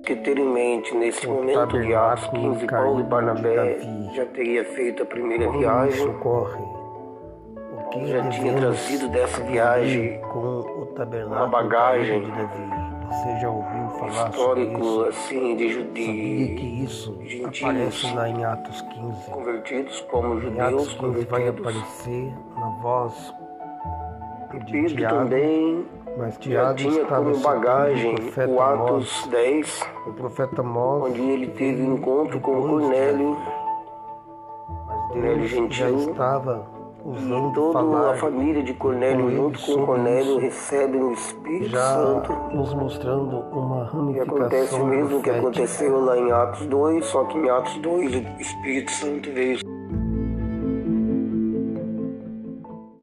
que ter em mente, nesse momento de Atos 15, Paulo e Barnabé já teria feito a primeira viagem, já tinha trazido dessa viagem uma bagagem histórico assim de gentios convertidos como judeus convertidos. E Pedro também já tinha como bagagem o Atos 10, onde ele teve um encontro com Cornélio gentil, e toda a família de Cornélio junto com Cornélio recebem o Espírito Santo, nos mostrando uma ramificação. E acontece o mesmo que aconteceu lá em Atos 2, só que em Atos 2 o Espírito Santo veio